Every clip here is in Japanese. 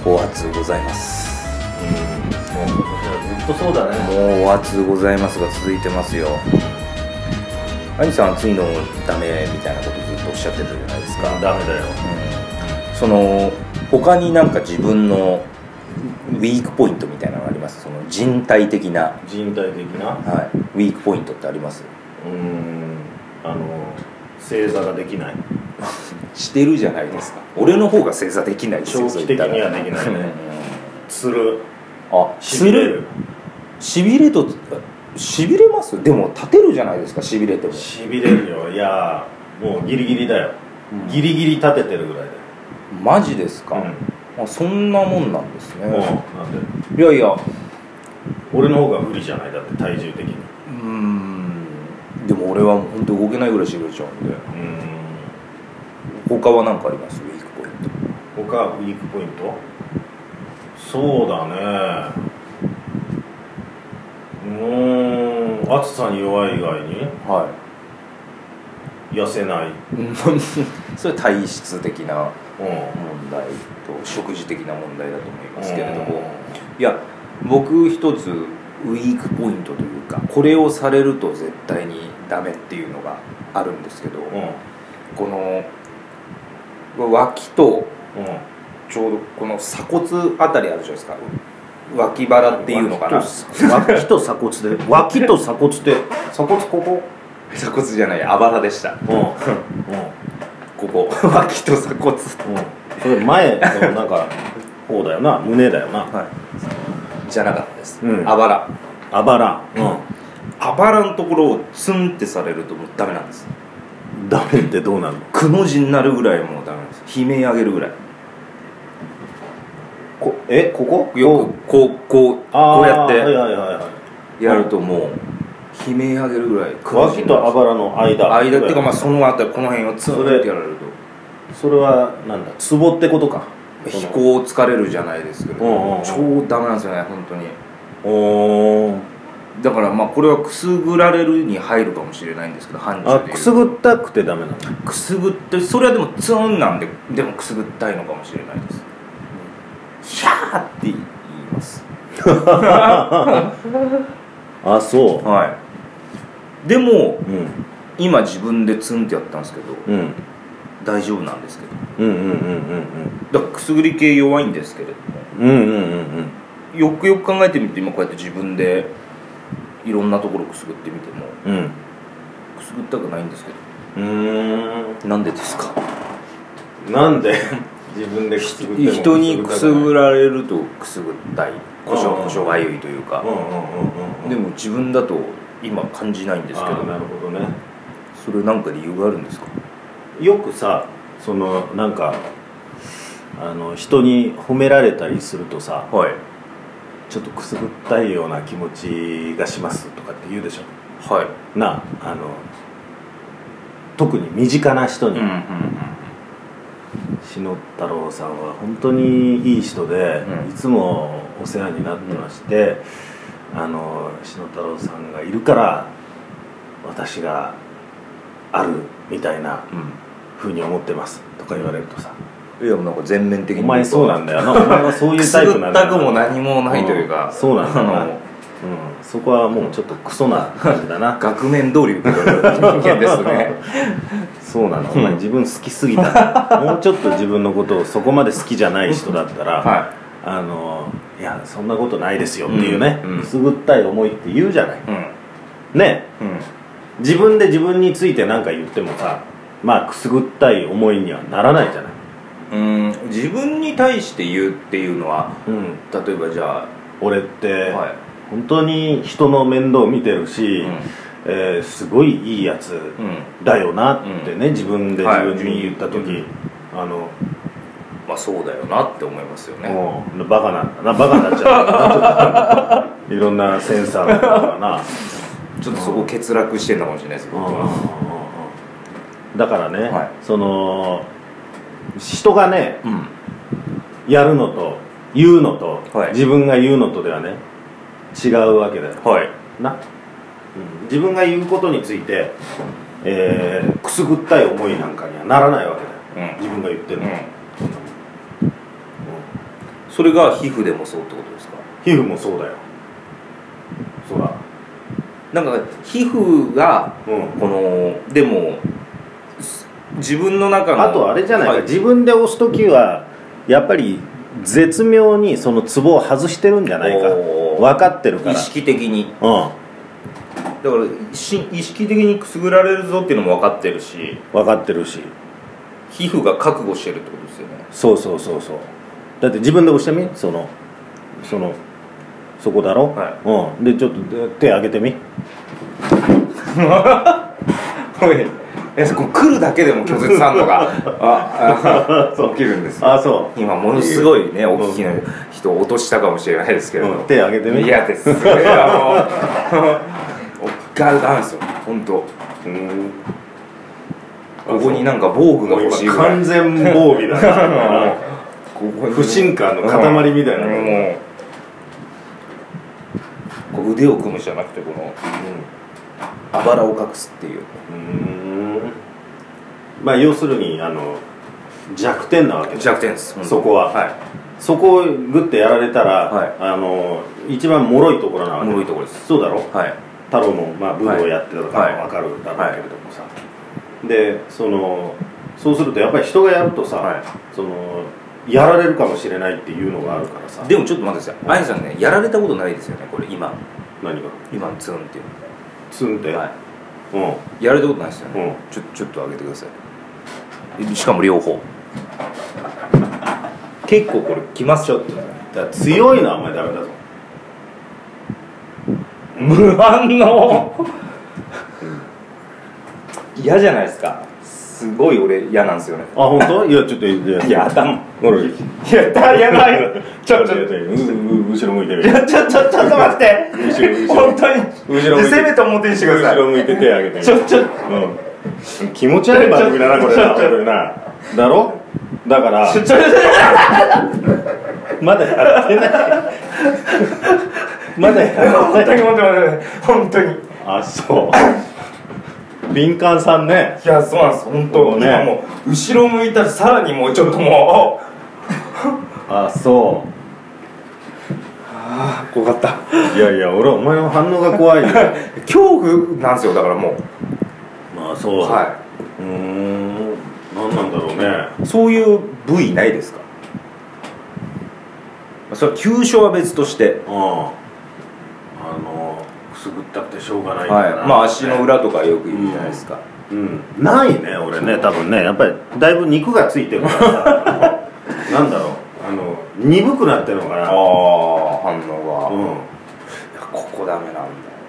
お暑うございます。 もう今年はずっとそうだね。 もうお暑うございますが続いてますよ。兄さん暑いのダメみたいなことずっとおっしゃってたじゃないですか。 ダメだよ。 その他になんか自分のウィークポイントみたいなのがあります？その人体的な、 はい、 ウィークポイントってあります？ 正座ができないしてるじゃないですか。俺の方が正座できないですよ。 長期的にはできないね。つる、 しびれる。しびれます？でも立てるじゃないですか。しびれてもしびれるよ。いやもうギリギリだよ、ギリギリ立ててるぐらいだよ。 マジですか？そんなもんなんですね。 なんでいやいや俺の方が不利じゃない。だって体重的に。 でも俺は本当動けないぐらいしびれちゃうんで。他は何かあります？ウィークポイント。 他ウィークポイント、そうだね。暑さに弱い以外に、痩せない。 それ体質的な問題と食事的な問題だと思いますけれども、いや僕一つウィークポイントというか、これをされると絶対にダメっていうのがあるんですけど、この脇とちょうどこの鎖骨あたりあるじゃないですか。脇腹っていうのかな。 脇と鎖骨で、脇と鎖骨って鎖骨ここ？ 鎖骨じゃない、あばらでした。ここ脇と鎖骨。 それ前のなんか方だよな、胸だよな。 じゃなかったです。あばら。あばらのところをツンってされるともうダメなんです。 ダメってどうなるの？ くの字になるぐらいもうダメなんです。悲鳴上げるぐらい。ここ？よくこうやってやるともう悲鳴上げるぐらい。 脇とあばらの間っていうか、そのあたり、この辺をツンってやられると。 それはなんだ、ツボってことか。 飛行を疲れるじゃないですけど、超ダメなんですよね本当に。だからこれはくすぐられるに入るかもしれないんですけど、範疇でくすぐったくてダメなの？ くすぐって、それはでもツンなんで、でもくすぐったいのかもしれないです。シャーって言います。 あ、そう。 はい。でも、今自分でツンってやったんですけど、大丈夫なんですけど。だからくすぐり系弱いんですけれども、よくよく考えてみると、今こうやって自分でいろんなところくすぐってみても、くすぐったくないんですけど。なんでですか？ なんで自分でくすぐっても人にくすぐられるとくすぐったい、こしょがゆいというか。でも自分だと今感じないんですけど。 なるほどね。 それなんか理由があるんですか？ よくさ、なんか人に褒められたりするとさ、ちょっとくすぐったいような気持ちがしますとかって言うでしょ。特に身近な人に。篠太郎さんは本当にいい人で、いつもお世話になってまして、篠太郎さんがいるから私があるみたいな風に思ってますとか言われるとさ、 いやもうなんか全面的にお前そうなんだよな、お前はそういうタイプなんだよな、 くすぐったくも何もないというか、 そうなんだよな、そこはもうちょっとクソな感じだな。 額面通り受け取る人間ですね。 そうなの、お前自分好きすぎた。もうちょっと自分のことをそこまで好きじゃない人だったら、いやそんなことないですよっていうね、くすぐったい思いって言うじゃない、ね、自分で自分について何か言ってもさ、くすぐったい思いにはならないじゃない。 自分に対して言うっていうのは、例えばじゃあ俺って本当に人の面倒見てるし、すごいいいやつだよなってね、自分で自分に言った時、 そうだよなって思いますよね。 バカなんだな、バカになっちゃう。いろんなセンサーだからな。 ちょっとそこ欠落してるのかもしれないですけど、 だからね、人がね、やるのと言うのと、自分が言うのとではね違うわけだよ、な。自分が言うことについて、くすぐったい思いなんかにはならないわけだよ、自分が言ってるの、 それが皮膚でもそうってことですか？ 皮膚もそうだよ。そうだ。 なんか皮膚が、このでも自分の中のあとあれじゃないか、自分で押す時はやっぱり絶妙にそのツボを外してるんじゃないか、分かってるから、 意識的に、だから意識的にくすぐられるぞっていうのも分かってるし、皮膚が覚悟してるってことですよね。 そうだって自分で押してみ、そこだろ、でちょっと手上げてみこう来るだけでも拒絶反応が起きるんですよ。 そう今ものすごいね、お聞きの人を落としたかもしれないですけれど、 手上げてみ。 嫌です。ダメですよ本当。ここになんか防具が欲しいぐらい。 完全防備だな不信感の塊みたいな、 こう腕を組むじゃなくて、このあばらを隠すっていう。 まあ要するに弱点なわけです。 弱点です。 そこは、そこをグッてやられたら、一番脆いところなわけ。 脆いところです。 そうだろ。太郎も武道をやってたから分かるだろうけれどもさ、でそうするとやっぱり人がやるとさ、やられるかもしれないっていうのがあるからさ。 でもちょっと待ってください、あやさんね、やられたことないですよね、これ今。 何が？ 今のツンっていうの。 ツンって？ やられたことないですよね。ちょっと上げてください。しかも両方。結構これきます。ちょっとだから強いのはあんまりダメだぞ。 無反応嫌じゃないですか。すごい俺嫌なんですよね。 本当？いやちょっといや頭やばいちょっと後ろ向いてる。 ちょっと待って本当に後ろ向いて、 せめて表にしてください。 後ろ向いて手上げて気持ち悪い番組だなこれな。だろ？だからまだやってないまだやってない本当にそう敏感さんね。 いやそうなんです本当ね。今もう後ろ向いたらさらにもうちょっともうそう怖かった。 いや俺はお前の反応が怖いよ恐怖なんですよ。だからもうそう何なんだろうね。 そういう部位ないですか？それは急所は別としてくすぐったくてしょうがないから、 足の裏とかよく言うじゃないですか。 ないね俺ね。多分ねやっぱりだいぶ肉がついてるからさなんだろう鈍くなってるのかな。 反応がここダメなんだよ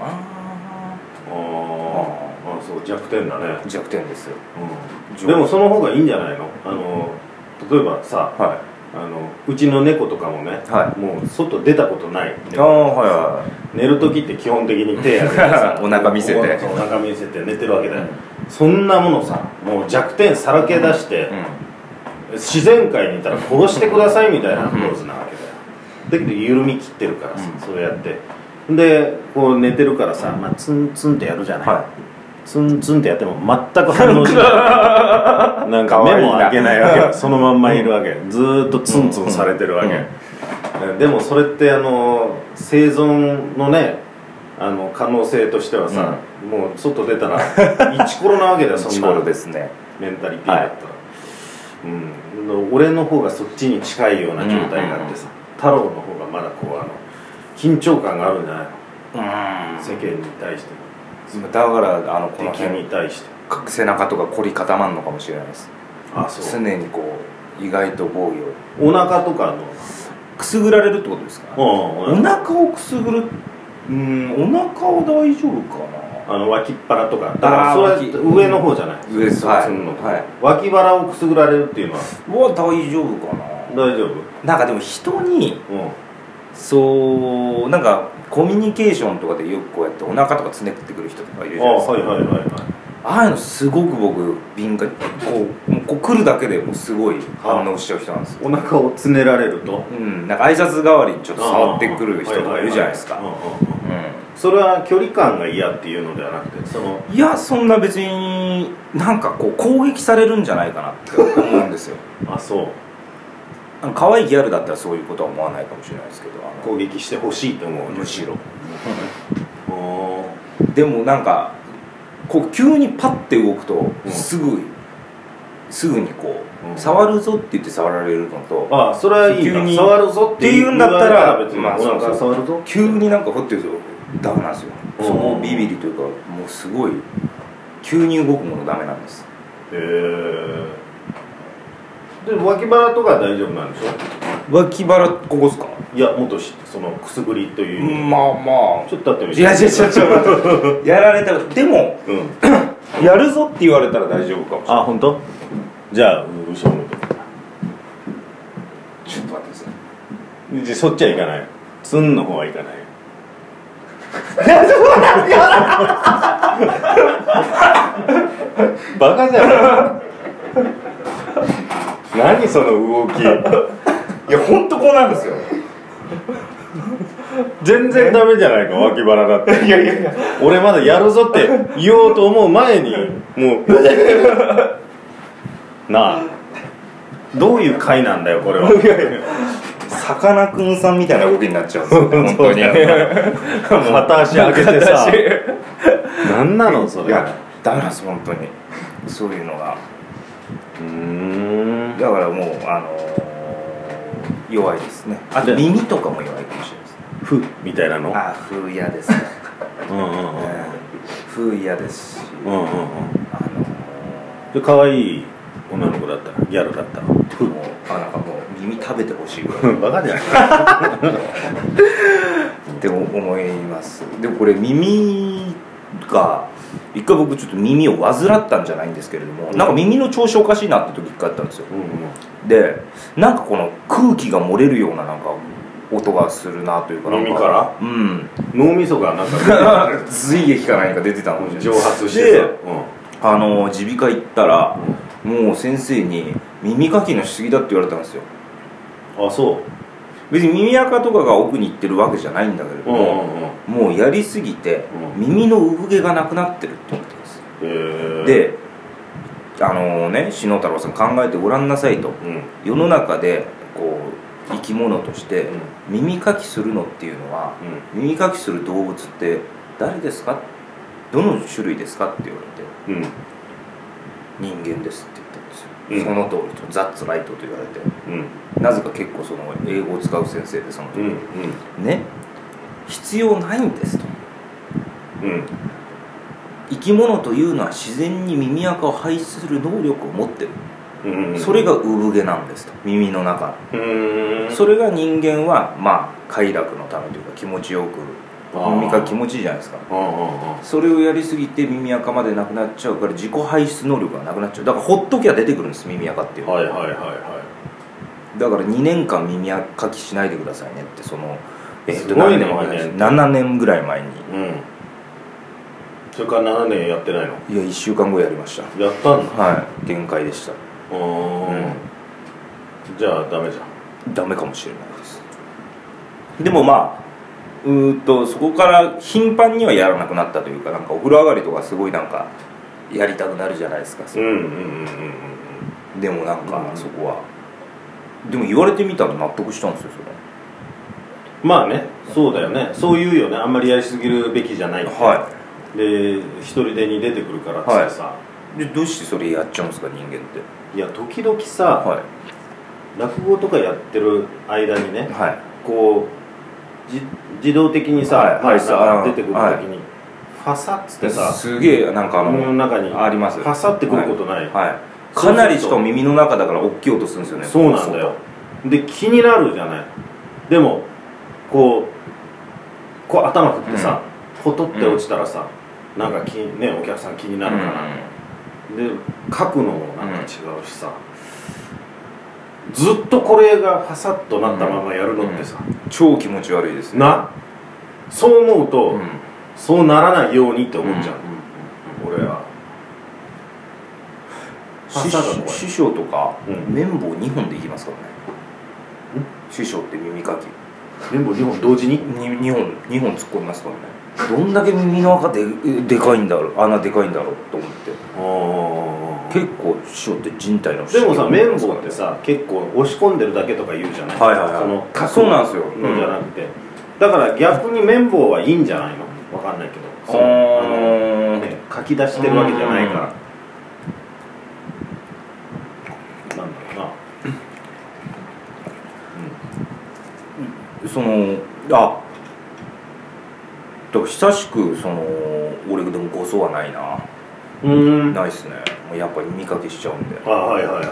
な。 そう弱点だね。 弱点ですよ。 でもその方がいいんじゃないの？例えばさ、うちの猫とかもね、もう外出たことない寝る時って基本的に手やってさお腹見せてお腹見せて寝てるわけだよ。そんなものさ、もう弱点さらけ出して、自然界にいたら殺してくださいみたいなポーズなわけだよ。だけど緩み切ってるからさ、そうやってでこう寝てるからさ、ツンツンってやるじゃない、ツンツンってやっても全く反応しないなんか目も開けないわけそのまんまいるわけ、ずーっとツンツンされてるわけ、でもそれって生存のね可能性としてはさ、もう外出たらイチコロなわけだよ。そんなイチコロですね、 メンタリティだったら、俺の方がそっちに近いような状態があってさ、太郎の方がまだこう緊張感があるんじゃないの、世間に対して。 だからこの敵に対して背中とか凝り固まるのかもしれないです。 そう常にこう意外と防御お腹とかのくすぐられるってことですか？お腹をくすぐる、お腹は大丈夫かな。 脇っ腹とかだからそれ上の方じゃない、 上です。 脇腹をくすぐられるっていうのは大丈夫かな。 大丈夫。なんかでも人に、そうなんかコミュニケーションとかでよくこうやってお腹とかつねってくる人とかいるじゃないですか。ああいうのすごく僕敏感にこう来るだけでもすごい反応しちゃう人なんですよ。お腹をつねられると、 なんか挨拶代わりにちょっと触ってくる人とかいるじゃないですか。 それは距離感が嫌っていうのではなくて、 いやそんな別になんかこう攻撃されるんじゃないかなって思うんですよ。 そう。 可愛いギャルだったらそういうことは思わないかもしれないですけど、 攻撃してほしいと思う。 むしろでもなんかこう急にパッて動くとすぐにこう、触るぞって言って触られるのと、 ああそれはいいな、 急に触るぞって言うんだったら別に俺が触るぞ、 急になんか掘ってるとダメなんですよ。そのビビりというか、もうすごい急に動くものダメなんです。 で脇腹とか大丈夫なんでしょ？ 脇腹ここですか？ いやもっとそのくすぐりという、 まあまあちょっと立ってみて。 いややられたらでも、やるぞって言われたら大丈夫かもしれない。 あ、本当？じゃあ後ろ向いて。 ちょっと待ってください。 じゃあそっちはいかない。ツンの方はいかない。バカじゃん。何その動き。 いや本当こうなんですよ。 全然ダメじゃないか、脇腹だって。 いや俺まだやるぞって言おうと思う前にもうなあ、どういう回なんだよこれは。 さかなクンさんみたいな動きになっちゃうんですよ本当に。 片足上げてさ、何なのそれ。 いやダメなんです本当に、そういうのが。だからもう弱いですね。あと耳とかも弱いかもしれないです。 ふみたいなの。 あ、ふ嫌ですね。ふ嫌ですし、 で可愛い女の子だったら、ギャルだったらふもうなんかもう耳食べてほしいぐらい。 バカじゃないって思います。でもこれ耳が一回僕ちょっと耳を患ったんじゃないんですけれども、なんか耳の調子おかしいなって時一回あったんですよ。でなんかこの空気が漏れるようななんか音がするなというか、 耳から、脳みそがなんか髄液か何か出てたのに蒸発してさ、 耳鼻科行ったら、もう先生に耳かきのしすぎだって言われたんですよ。 あ、そう。 別に耳垢とかが奥に行ってるわけじゃないんだけれども、もうやりすぎて耳の産毛がなくなってるって言われてます。で篠太郎さん考えてごらんなさいと、世の中でこう生き物として耳かきするのっていうのは、耳かきする動物って誰ですか、どの種類ですかって言われて、人間ですって言ったんですよ。その通りと、ザッツライトと言われて、なぜか結構その英語を使う先生で、その時ね、必要ないんですと、生き物というのは自然に耳垢を排出する能力を持ってる、それが産毛なんですと、耳の中。それが人間はまあ快楽のためというか、気持ちよく、耳かき気持ちいいじゃないですか。それをやりすぎて耳垢までなくなっちゃうから、自己排出能力がなくなっちゃう。だからほっときゃ出てくるんです、耳垢っていうのは。だから2年間耳かきしないでくださいねって、その7年ぐらい前に。 それから7年やってないの？ いや1週間後やりました。 やったんだ。 はい、限界でした。 じゃあダメじゃん。 ダメかもしれないです。でもまあそこから頻繁にはやらなくなったというか、なんかお風呂上がりとかすごいなんかやりたくなるじゃないですか。でもなんかそこは、でも言われてみたら納得したんですよ、それ。 まあね、そうだよね、そう言うよね、あんまりやりすぎるべきじゃないって。で一人でに出てくるからってさ、 でどうしてそれやっちゃうんですか、人間って。 いや時々さ、落語とかやってる間にね、こう自動的にさ、出てくる時にファサッつってさ、 すげえなんか耳の中にあります。 ファサってくることない？ かなりしかも耳の中だから大きい音するんですよね。 そうなんだよ。で気になるじゃない。でもこう頭振ってさ、ポトって落ちたらさ、なんかお客さん気になるかな。で書くのもなんか違うしさ、ずっとこれがファサッとなったままやるのってさ、 超気持ち悪いですね。 そう思うと、そうならないようにって思っちゃう、俺は。師匠とか綿棒2本でいきますからね。師匠って耳かき綿棒2本同時に 2本突っ込みますからね。どんだけ耳の穴でかいんだろうと思って。 結構塩って人体のでもさ綿棒ってさ結構押し込んでるだけとか言うじゃない、 はいはいはい、 そのそうなんですよ、 のじゃなくて、だから逆に綿棒はいいんじゃないの、わかんないけど、そのね、書き出してるわけじゃないから、なんだろうな、 そのだから久しくその俺でもごそはないな、ないっすね、もうやっぱり見かけしちゃうんで。 はいはいはいはい、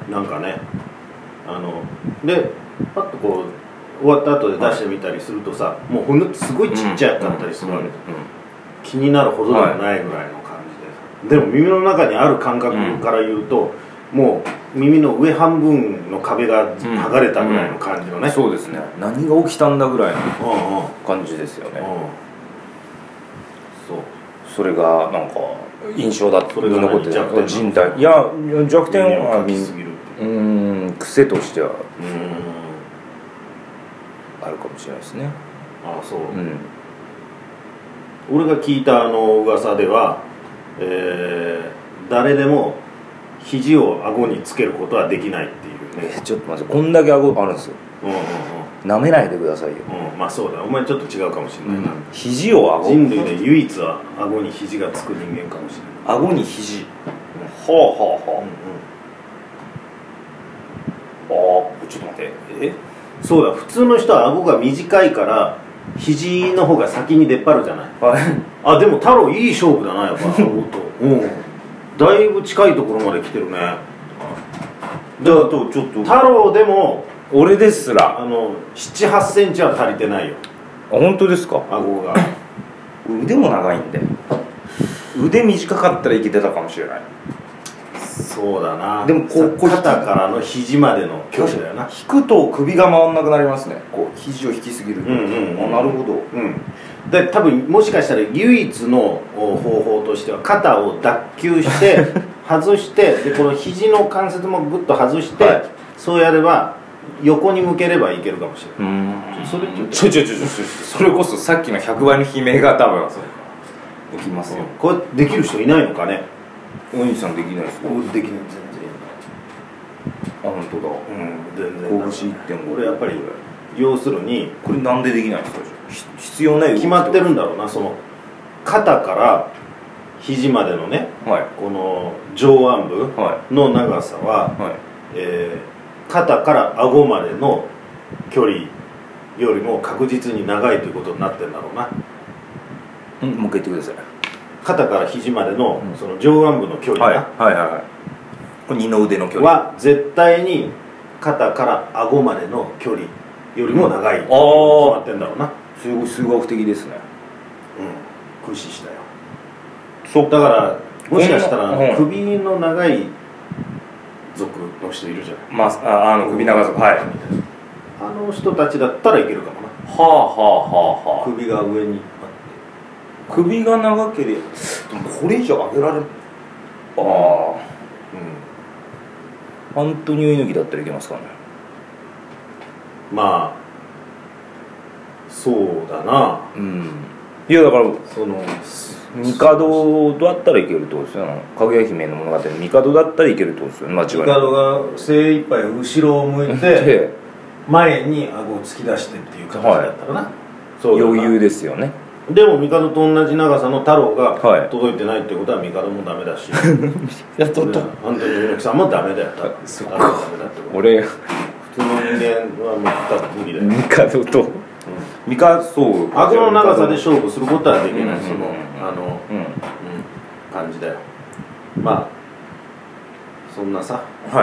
なんかね、でパッとこう終わった後で出してみたりするとさ、もうほんのすごいちっちゃかったりするわけ、気になるほどでもないぐらいの感じで、でも耳の中にある感覚から言うと、もう耳の上半分の壁が剥がれたぐらいの感じのね、 そうですね、何が起きたんだぐらいの感じですよね、そう、それがなんか印象だって残ってる、人体、いや弱点は癖としてはあるかもしれないですね。 ああそう、俺が聞いた噂では、誰でも肘を顎につけることはできないっていうね。 ちょっと待って、こんだけ顎あるんですよ。舐めないでくださいよ。 まあそうだ、お前ちょっと違うかもしれないな、 肘を顎、 人類で唯一は顎に肘がつく人間かもしれない。 顎に肘、はあはあはあ、ちょっと待って、 そうだ、普通の人は顎が短いから肘の方が先に出っ張るじゃない。あ、でも太郎いい勝負だな、やっぱ顎とだいぶ近いところまで来てるね。 じゃあちょっと太郎でも俺ですら 7、8センチは足りてないよ。 あ、本当ですか。 顎が腕も長いんで、腕短かったらいけてたかもしれない。 そうだな。 でもこう肩からの肘までの距離だよな。 引くと首が回んなくなりますね、こう肘を引きすぎると。なるほど。 で多分もしかしたら唯一の方法としては肩を脱臼して外してでこの肘の関節もグッと外して、そうやれば横に向ければいけるかもしれない。それそれこそさっきの100倍の悲鳴が多分起きますよ。 これできる人いないのかね。 お兄さんできないですか。 できない、全然。 あ、本当だ。 全然。 拳 1.5。 俺やっぱり要するにこれなんでできないんですか。必要ない決まってるんだろうな。その肩から肘までのね、この上腕部の長さは、肩から顎までの距離よりも確実に長いということになってるんだろうな。 もう一回言ってください。 肩から肘までのその上腕部の距離が、 これ二の腕の距離は絶対に肩から顎までの距離よりも長いと決まってるんだろうな。 すごい数学的ですね。 駆使したよ。そうだからもしかしたら首の長い族の人いるじゃない。 首長族、あの人たちだったらいけるかもな。首が上にあって首が長ければ、でもこれ以上上げられる。アントニオ猪木だったらいけますかね。 まあそうだな。 いやだからその帝だったらいけるってことですよ。かぐや姫の物語の帝だったらいけるってことですよね。間違いない。 帝が精一杯後ろを向いて前に顎を突き出してっていう形だったらな、 余裕ですよね。 でも帝と同じ長さの太郎が届いてないってことは帝もダメだしアントニオ猪木さんもダメだよ。 俺普通の人間はもう多分無理だよ。 帝とそう顎の長さで勝負することはできない。その感じだよ。まあそんなさ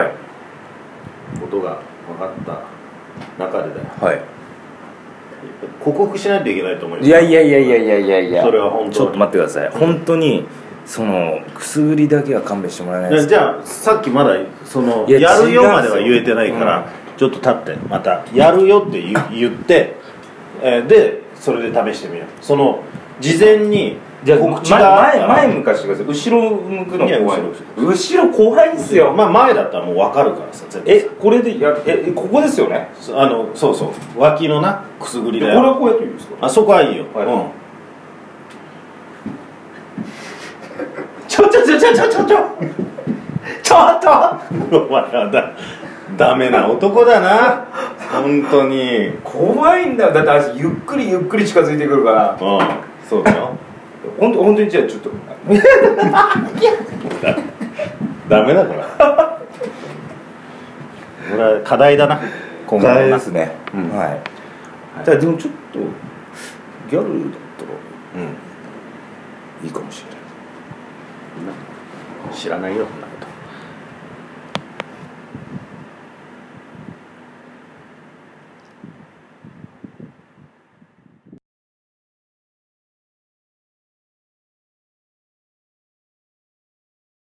ことが分かった中でだよ。克服しないといけないと思います。 いやそれは本当に。 ちょっと待ってください。本当にそのくすぐりだけは勘弁してもらえないですか。 じゃあさっきまだそのやるよまでは言えてないから、ちょっと立ってまたやるよって言って、でそれで試してみよう。その事前に告知が前向かしてください。後ろ向くの怖い。後ろ怖いんですよ。 前だったらもう分かるからさ。 これでここですよね。 そう脇のなくすぐりだよ。 これはこうやっていいんですか。 そこはいいよ。ちょお前はダメな男だな本当に。 怖いんだよ。だってあいつゆっくり近づいてくるから。 そうだよ。 本当にじゃあちょっとダメだから。これは課題だな。 今後のですね。はい。じゃあでもちょっとギャルだったらいいかもしれない。 知らないよそんなこと。